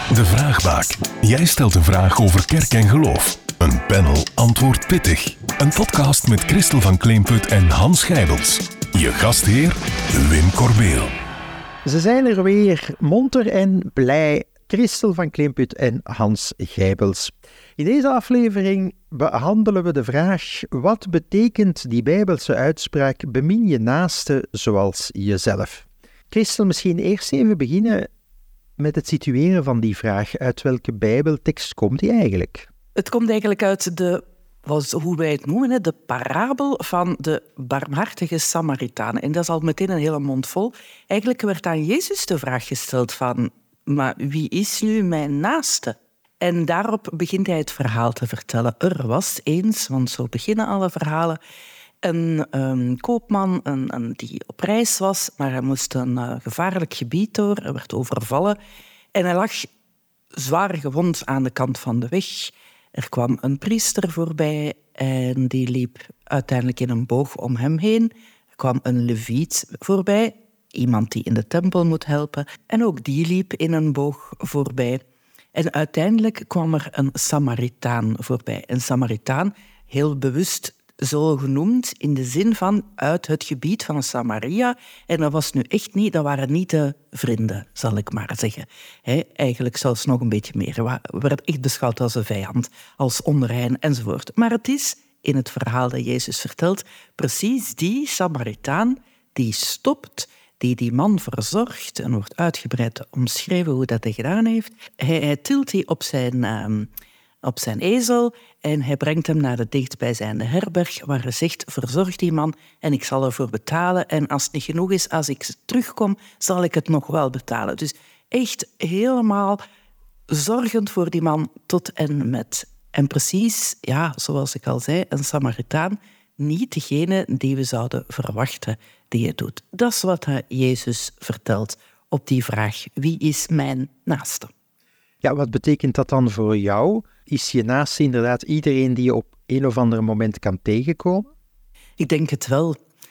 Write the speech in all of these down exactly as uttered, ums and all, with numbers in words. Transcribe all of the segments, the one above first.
De Vraagbaak. Jij stelt een vraag over kerk en geloof. Een panel antwoordt pittig. Een podcast met Christel van Kleemput en Hans Gijbels. Je gastheer, Wim Corbeel. Ze zijn er weer, monter en blij. Christel van Kleemput en Hans Gijbels. In deze aflevering behandelen we de vraag: wat betekent die Bijbelse uitspraak bemin je naaste zoals jezelf? Christel, misschien eerst even beginnen met het situeren van die vraag. Uit welke Bijbeltekst komt die eigenlijk? Het komt eigenlijk uit de, wat, hoe wij het noemen, de parabel van de barmhartige Samaritaan. En dat is al meteen een hele mond vol. Eigenlijk werd aan Jezus de vraag gesteld van: maar wie is nu mijn naaste? En daarop begint hij het verhaal te vertellen. Er was eens, want zo beginnen alle verhalen, een um, koopman een, een, die op reis was, maar hij moest een uh, gevaarlijk gebied door. Hij werd overvallen en hij lag zwaar gewond aan de kant van de weg. Er kwam een priester voorbij en die liep uiteindelijk in een boog om hem heen. Er kwam een leviet voorbij, iemand die in de tempel moet helpen. En ook die liep in een boog voorbij. En uiteindelijk kwam er een Samaritaan voorbij. Een Samaritaan, heel bewust zo genoemd in de zin van uit het gebied van Samaria. En dat was nu echt niet, dat waren niet de vrienden, zal ik maar zeggen. He, eigenlijk zelfs nog een beetje meer. We werden echt beschouwd als een vijand, als onrein enzovoort. Maar het is in het verhaal dat Jezus vertelt precies die Samaritaan die stopt, die die man verzorgt, en wordt uitgebreid omschreven hoe dat hij gedaan heeft. Hij, hij tilt die op zijn, uh, op zijn ezel en hij brengt hem naar de dichtstbijzijnde herberg, waar hij zegt: verzorg die man en ik zal ervoor betalen. En als het niet genoeg is, als ik terugkom, zal ik het nog wel betalen. Dus echt helemaal zorgend voor die man tot en met. En precies, ja, zoals ik al zei, een Samaritaan, niet degene die we zouden verwachten die het doet. Dat is wat Jezus vertelt op die vraag: wie is mijn naaste? Ja, wat betekent dat dan voor jou? Is je naaste inderdaad iedereen die je op een of ander moment kan tegenkomen? Ik denk het wel.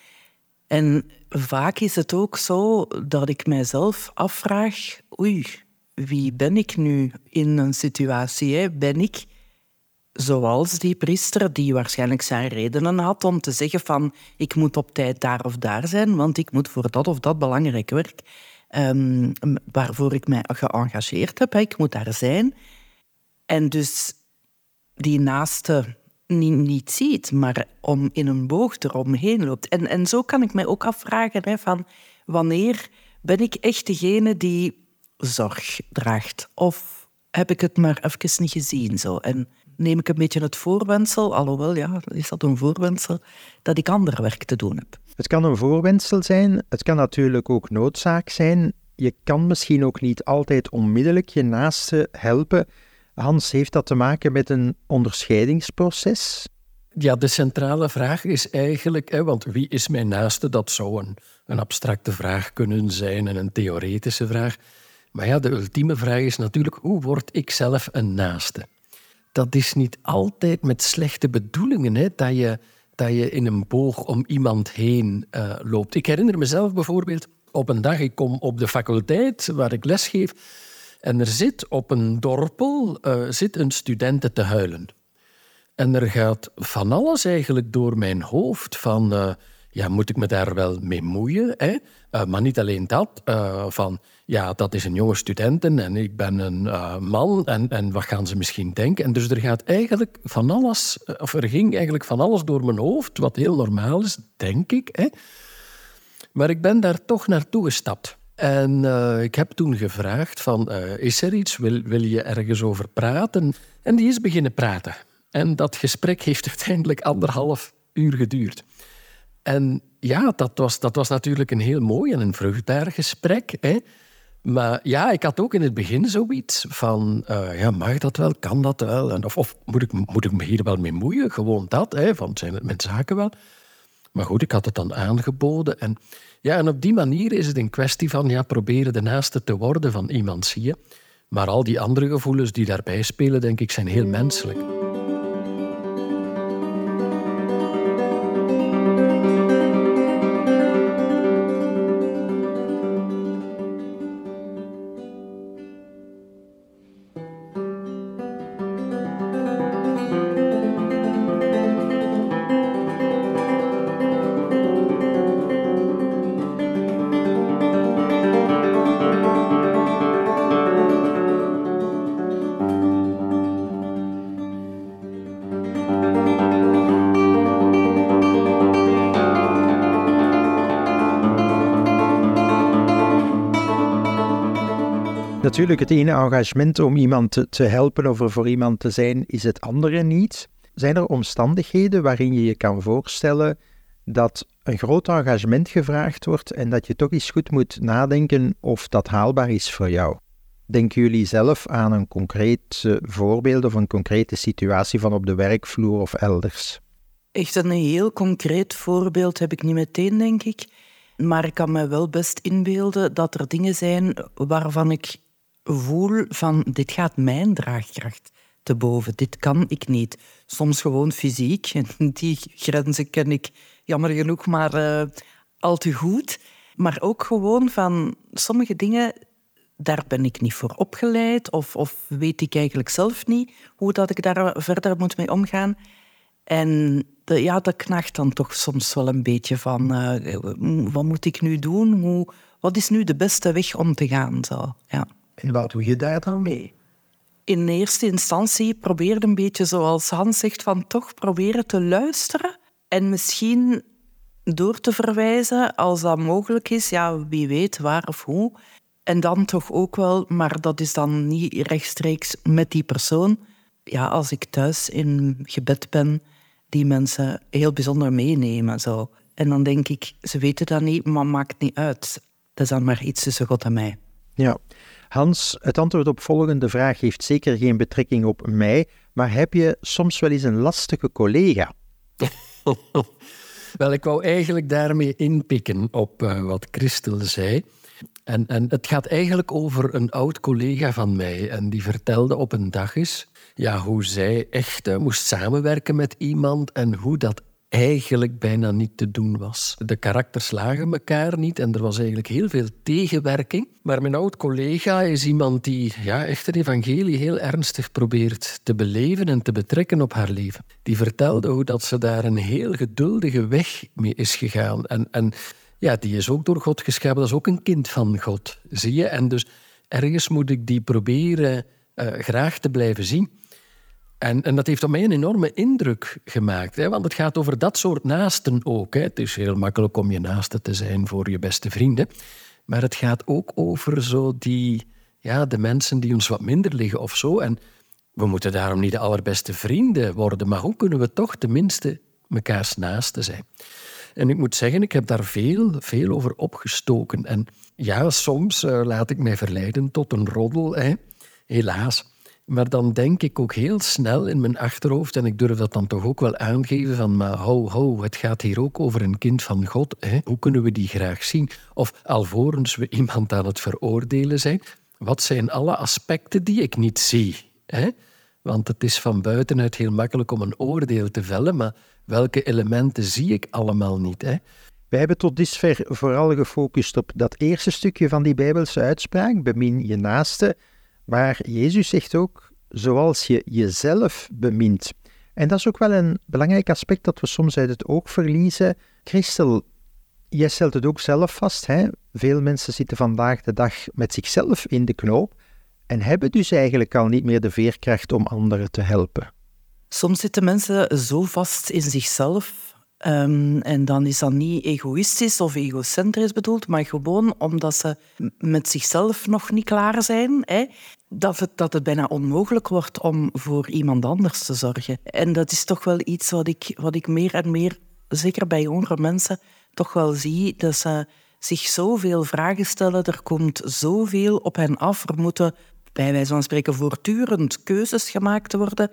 En vaak is het ook zo dat ik mijzelf afvraag: oei, wie ben ik nu in een situatie? Hè? Ben ik zoals die priester, die waarschijnlijk zijn redenen had om te zeggen van: ik moet op tijd daar of daar zijn, want ik moet voor dat of dat belangrijk werk, um, waarvoor ik mij geëngageerd heb, ik moet daar zijn. En dus die naaste niet, niet ziet, maar om in een boog eromheen loopt. En, en zo kan ik mij ook afvragen hè, van wanneer ben ik echt degene die zorg draagt? Of heb ik het maar even niet gezien? Zo? En neem ik een beetje het voorwendsel, alhoewel, ja, is dat een voorwendsel, dat ik ander werk te doen heb. Het kan een voorwendsel zijn, het kan natuurlijk ook noodzaak zijn. Je kan misschien ook niet altijd onmiddellijk je naaste helpen. Hans, heeft dat te maken met een onderscheidingsproces? Ja, de centrale vraag is eigenlijk, hè, want wie is mijn naaste? Dat zou een, een abstracte vraag kunnen zijn en een theoretische vraag. Maar ja, de ultieme vraag is natuurlijk: hoe word ik zelf een naaste? Dat is niet altijd met slechte bedoelingen, hè, dat, je, dat je in een boog om iemand heen uh, loopt. Ik herinner mezelf bijvoorbeeld op een dag, ik kom op de faculteit waar ik lesgeef en er zit op een dorpel uh, zit een studente te huilen. En er gaat van alles eigenlijk door mijn hoofd van: Uh, ja, moet ik me daar wel mee moeien? Hè? Uh, maar niet alleen dat, uh, van ja, dat is een jonge student en ik ben een uh, man en, en wat gaan ze misschien denken? En dus er gaat eigenlijk van alles, of er ging eigenlijk van alles door mijn hoofd, wat heel normaal is, denk ik. Hè? Maar ik ben daar toch naartoe gestapt. En uh, ik heb toen gevraagd van, uh, is er iets? Wil, wil je ergens over praten? En die is beginnen praten. En dat gesprek heeft uiteindelijk anderhalf uur geduurd. En ja, dat was, dat was natuurlijk een heel mooi en een vruchtbaar gesprek. Hè? Maar ja, ik had ook in het begin zoiets van: uh, ja, mag dat wel? Kan dat wel? En of of moet, ik, moet ik me hier wel mee moeien? Gewoon dat, hè? Van zijn het mijn zaken wel? Maar goed, ik had het dan aangeboden. En, ja, en op die manier is het een kwestie van ja, proberen de naaste te worden van iemand, zie je. Maar al die andere gevoelens die daarbij spelen, denk ik, zijn heel menselijk. Natuurlijk, het ene engagement om iemand te, te helpen of er voor iemand te zijn, is het andere niet. Zijn er omstandigheden waarin je je kan voorstellen dat een groot engagement gevraagd wordt en dat je toch eens goed moet nadenken of dat haalbaar is voor jou? Denken jullie zelf aan een concreet uh, voorbeeld of een concrete situatie van op de werkvloer of elders? Echt een heel concreet voorbeeld heb ik niet meteen, denk ik. Maar ik kan me wel best inbeelden dat er dingen zijn waarvan ik voel van dit gaat mijn draagkracht te boven. Dit kan ik niet. Soms gewoon fysiek. Die grenzen ken ik jammer genoeg maar uh, al te goed. Maar ook gewoon van sommige dingen, daar ben ik niet voor opgeleid of, of weet ik eigenlijk zelf niet hoe dat ik daar verder moet mee omgaan. En de, ja, dat knaagt dan toch soms wel een beetje van uh, wat moet ik nu doen? Hoe, wat is nu de beste weg om te gaan? Zo, ja. En wat doe je daar dan mee? In eerste instantie probeer een beetje zoals Hans zegt, van toch proberen te luisteren en misschien door te verwijzen als dat mogelijk is. Ja, wie weet waar of hoe. En dan toch ook wel, maar dat is dan niet rechtstreeks met die persoon. Ja, als ik thuis in gebed ben, die mensen heel bijzonder meenemen. Zo. En dan denk ik, ze weten dat niet, maar maakt niet uit. Dat is dan maar iets tussen God en mij. Ja. Hans, het antwoord op volgende vraag heeft zeker geen betrekking op mij, maar heb je soms wel eens een lastige collega? Wel, ik wou eigenlijk daarmee inpikken op uh, wat Christel zei. En, en het gaat eigenlijk over een oud collega van mij. En die vertelde op een dag eens ja, hoe zij echt uh, moest samenwerken met iemand en hoe dat eigenlijk bijna niet te doen was. De karakters lagen elkaar niet en er was eigenlijk heel veel tegenwerking. Maar mijn oud collega is iemand die ja, echt het evangelie heel ernstig probeert te beleven en te betrekken op haar leven. Die vertelde hoe dat ze daar een heel geduldige weg mee is gegaan. En, en ja, die is ook door God geschapen, dat is ook een kind van God, zie je? En dus ergens moet ik die proberen uh, graag te blijven zien. En, en dat heeft op mij een enorme indruk gemaakt. Hè? Want het gaat over dat soort naasten ook. Hè? Het is heel makkelijk om je naaste te zijn voor je beste vrienden. Maar het gaat ook over zo die, ja, de mensen die ons wat minder liggen of zo. En we moeten daarom niet de allerbeste vrienden worden. Maar hoe kunnen we toch tenminste mekaars naasten zijn? En ik moet zeggen, ik heb daar veel, veel over opgestoken. En ja, soms uh, laat ik mij verleiden tot een roddel. Hè? Helaas. Maar dan denk ik ook heel snel in mijn achterhoofd, en ik durf dat dan toch ook wel aangeven, van maar ho, ho, het gaat hier ook over een kind van God. Hè? Hoe kunnen we die graag zien? Of alvorens we iemand aan het veroordelen zijn, wat zijn alle aspecten die ik niet zie? Hè? Want het is van buitenuit heel makkelijk om een oordeel te vellen, maar welke elementen zie ik allemaal niet? Hè? Wij hebben tot dusver vooral gefocust op dat eerste stukje van die Bijbelse uitspraak, bemin je naaste. Maar Jezus zegt ook, zoals je jezelf bemint. En dat is ook wel een belangrijk aspect dat we soms uit het oog verliezen. Christel, jij stelt het ook zelf vast, hè? Veel mensen zitten vandaag de dag met zichzelf in de knoop en hebben dus eigenlijk al niet meer de veerkracht om anderen te helpen. Soms zitten mensen zo vast in zichzelf. Um, en dan is dat niet egoïstisch of egocentrisch bedoeld, maar gewoon omdat ze met zichzelf nog niet klaar zijn, hè, dat, het, dat het bijna onmogelijk wordt om voor iemand anders te zorgen. En dat is toch wel iets wat ik, wat ik meer en meer, zeker bij jongere mensen, toch wel zie, dat ze zich zoveel vragen stellen, er komt zoveel op hen af, er moeten bij wijze van spreken voortdurend keuzes gemaakt worden.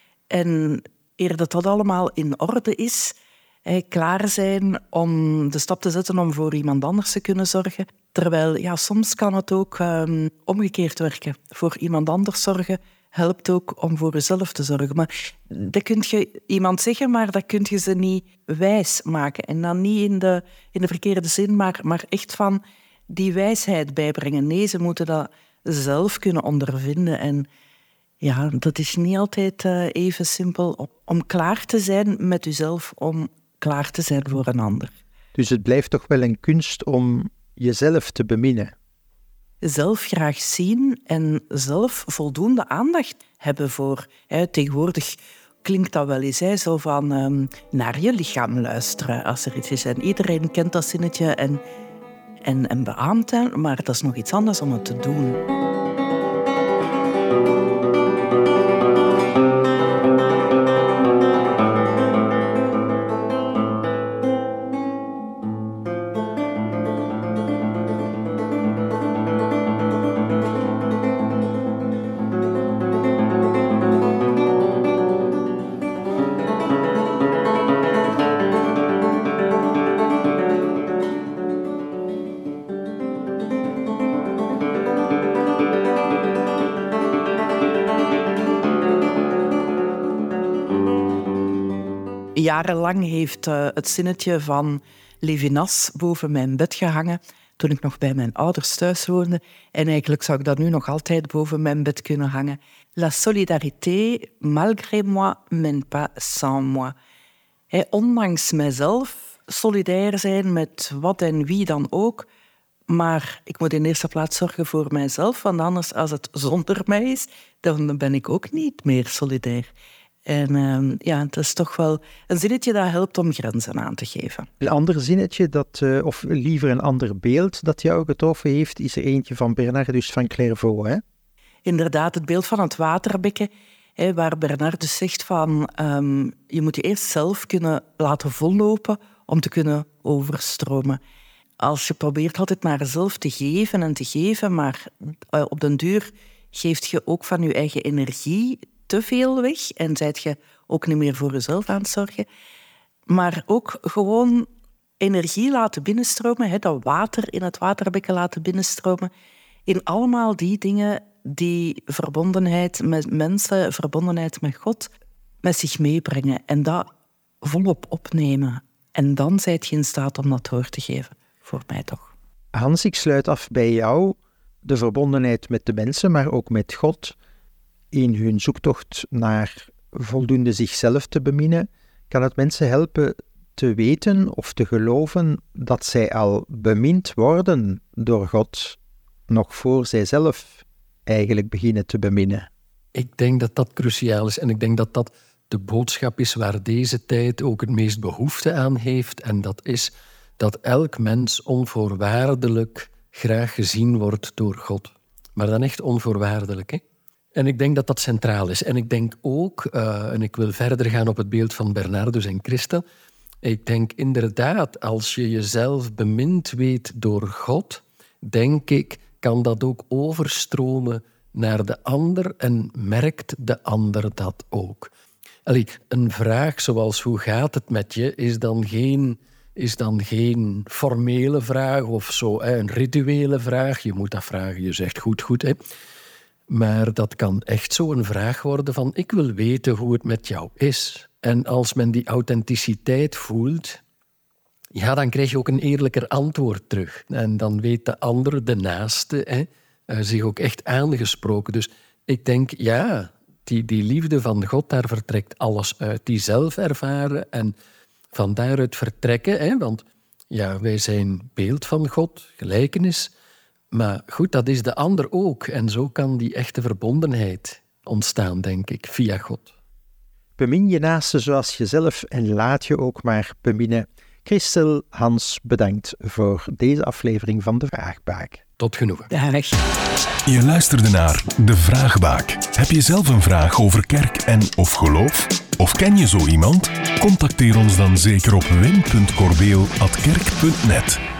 En eer dat dat allemaal in orde is, klaar zijn om de stap te zetten om voor iemand anders te kunnen zorgen. Terwijl ja, soms kan het ook um, omgekeerd werken. Voor iemand anders zorgen helpt ook om voor jezelf te zorgen. Maar dat kun je iemand zeggen, maar dat kun je ze niet wijs maken. En dan niet in de, in de verkeerde zin, maar, maar echt van die wijsheid bijbrengen. Nee, ze moeten dat zelf kunnen ondervinden. En ja, dat is niet altijd uh, even simpel om, om klaar te zijn met jezelf, om klaar te zijn voor een ander. Dus het blijft toch wel een kunst om jezelf te beminnen? Zelf graag zien en zelf voldoende aandacht hebben voor. Hè, tegenwoordig klinkt dat wel eens, hè, zo van um, naar je lichaam luisteren als er iets is. En iedereen kent dat zinnetje en, en, en beaamt het, maar dat is nog iets anders om het te doen. jarenlang heeft uh, het zinnetje van Levinas boven mijn bed gehangen toen ik nog bij mijn ouders thuis woonde. En eigenlijk zou ik dat nu nog altijd boven mijn bed kunnen hangen. La solidarité, malgré moi, mène pas sans moi. Hey, ondanks mijzelf, solidair zijn met wat en wie dan ook. Maar ik moet in de eerste plaats zorgen voor mijzelf, want anders, als het zonder mij is, dan ben ik ook niet meer solidair. En uh, ja, het is toch wel een zinnetje dat helpt om grenzen aan te geven. Een ander zinnetje, dat, uh, of liever een ander beeld dat jou getroffen heeft, is er eentje van Bernardus van Clairvaux, hè? Inderdaad, het beeld van het waterbekken, hè, waar Bernardus zegt van um, je moet je eerst zelf kunnen laten vollopen om te kunnen overstromen. Als je probeert altijd maar zelf te geven en te geven, maar uh, op den duur geeft je ook van je eigen energie te veel weg en zijt je ook niet meer voor jezelf aan het zorgen. Maar ook gewoon energie laten binnenstromen, hè, dat water in het waterbekken laten binnenstromen, in allemaal die dingen die verbondenheid met mensen, verbondenheid met God, met zich meebrengen. En dat volop opnemen. En dan zijt je in staat om dat door te geven. Voor mij toch. Hans, ik sluit af bij jou. De verbondenheid met de mensen, maar ook met God. In hun zoektocht naar voldoende zichzelf te beminnen, kan het mensen helpen te weten of te geloven dat zij al bemind worden door God, nog voor zijzelf eigenlijk beginnen te beminnen. Ik denk dat dat cruciaal is en ik denk dat dat de boodschap is waar deze tijd ook het meest behoefte aan heeft. En dat is dat elk mens onvoorwaardelijk graag gezien wordt door God. Maar dan echt onvoorwaardelijk, hè? En ik denk dat dat centraal is. En ik denk ook, uh, en ik wil verder gaan op het beeld van Bernardus en Christel, ik denk inderdaad, als je jezelf bemind weet door God, denk ik, kan dat ook overstromen naar de ander en merkt de ander dat ook. Allee, een vraag zoals hoe gaat het met je is dan geen, is dan geen formele vraag of zo, hè, een rituele vraag. Je moet dat vragen, je zegt goed, goed. Hè. Maar dat kan echt zo een vraag worden van ik wil weten hoe het met jou is. En als men die authenticiteit voelt, ja, dan krijg je ook een eerlijker antwoord terug. En dan weet de ander, de naaste, hè, uh, zich ook echt aangesproken. Dus ik denk, ja, die, die liefde van God, daar vertrekt alles uit. Die zelf ervaren en van daaruit vertrekken. Hè, want ja, wij zijn beeld van God, gelijkenis. Maar goed, dat is de ander ook. En zo kan die echte verbondenheid ontstaan, denk ik, via God. Bemin je naaste zoals jezelf en laat je ook maar beminnen. Christel, Hans, bedankt voor deze aflevering van De Vraagbaak. Tot genoegen. Dag. Je luisterde naar De Vraagbaak. Heb je zelf een vraag over kerk en of geloof? Of ken je zo iemand? Contacteer ons dan zeker op wim punt corbeel apenstaartje kerk punt net.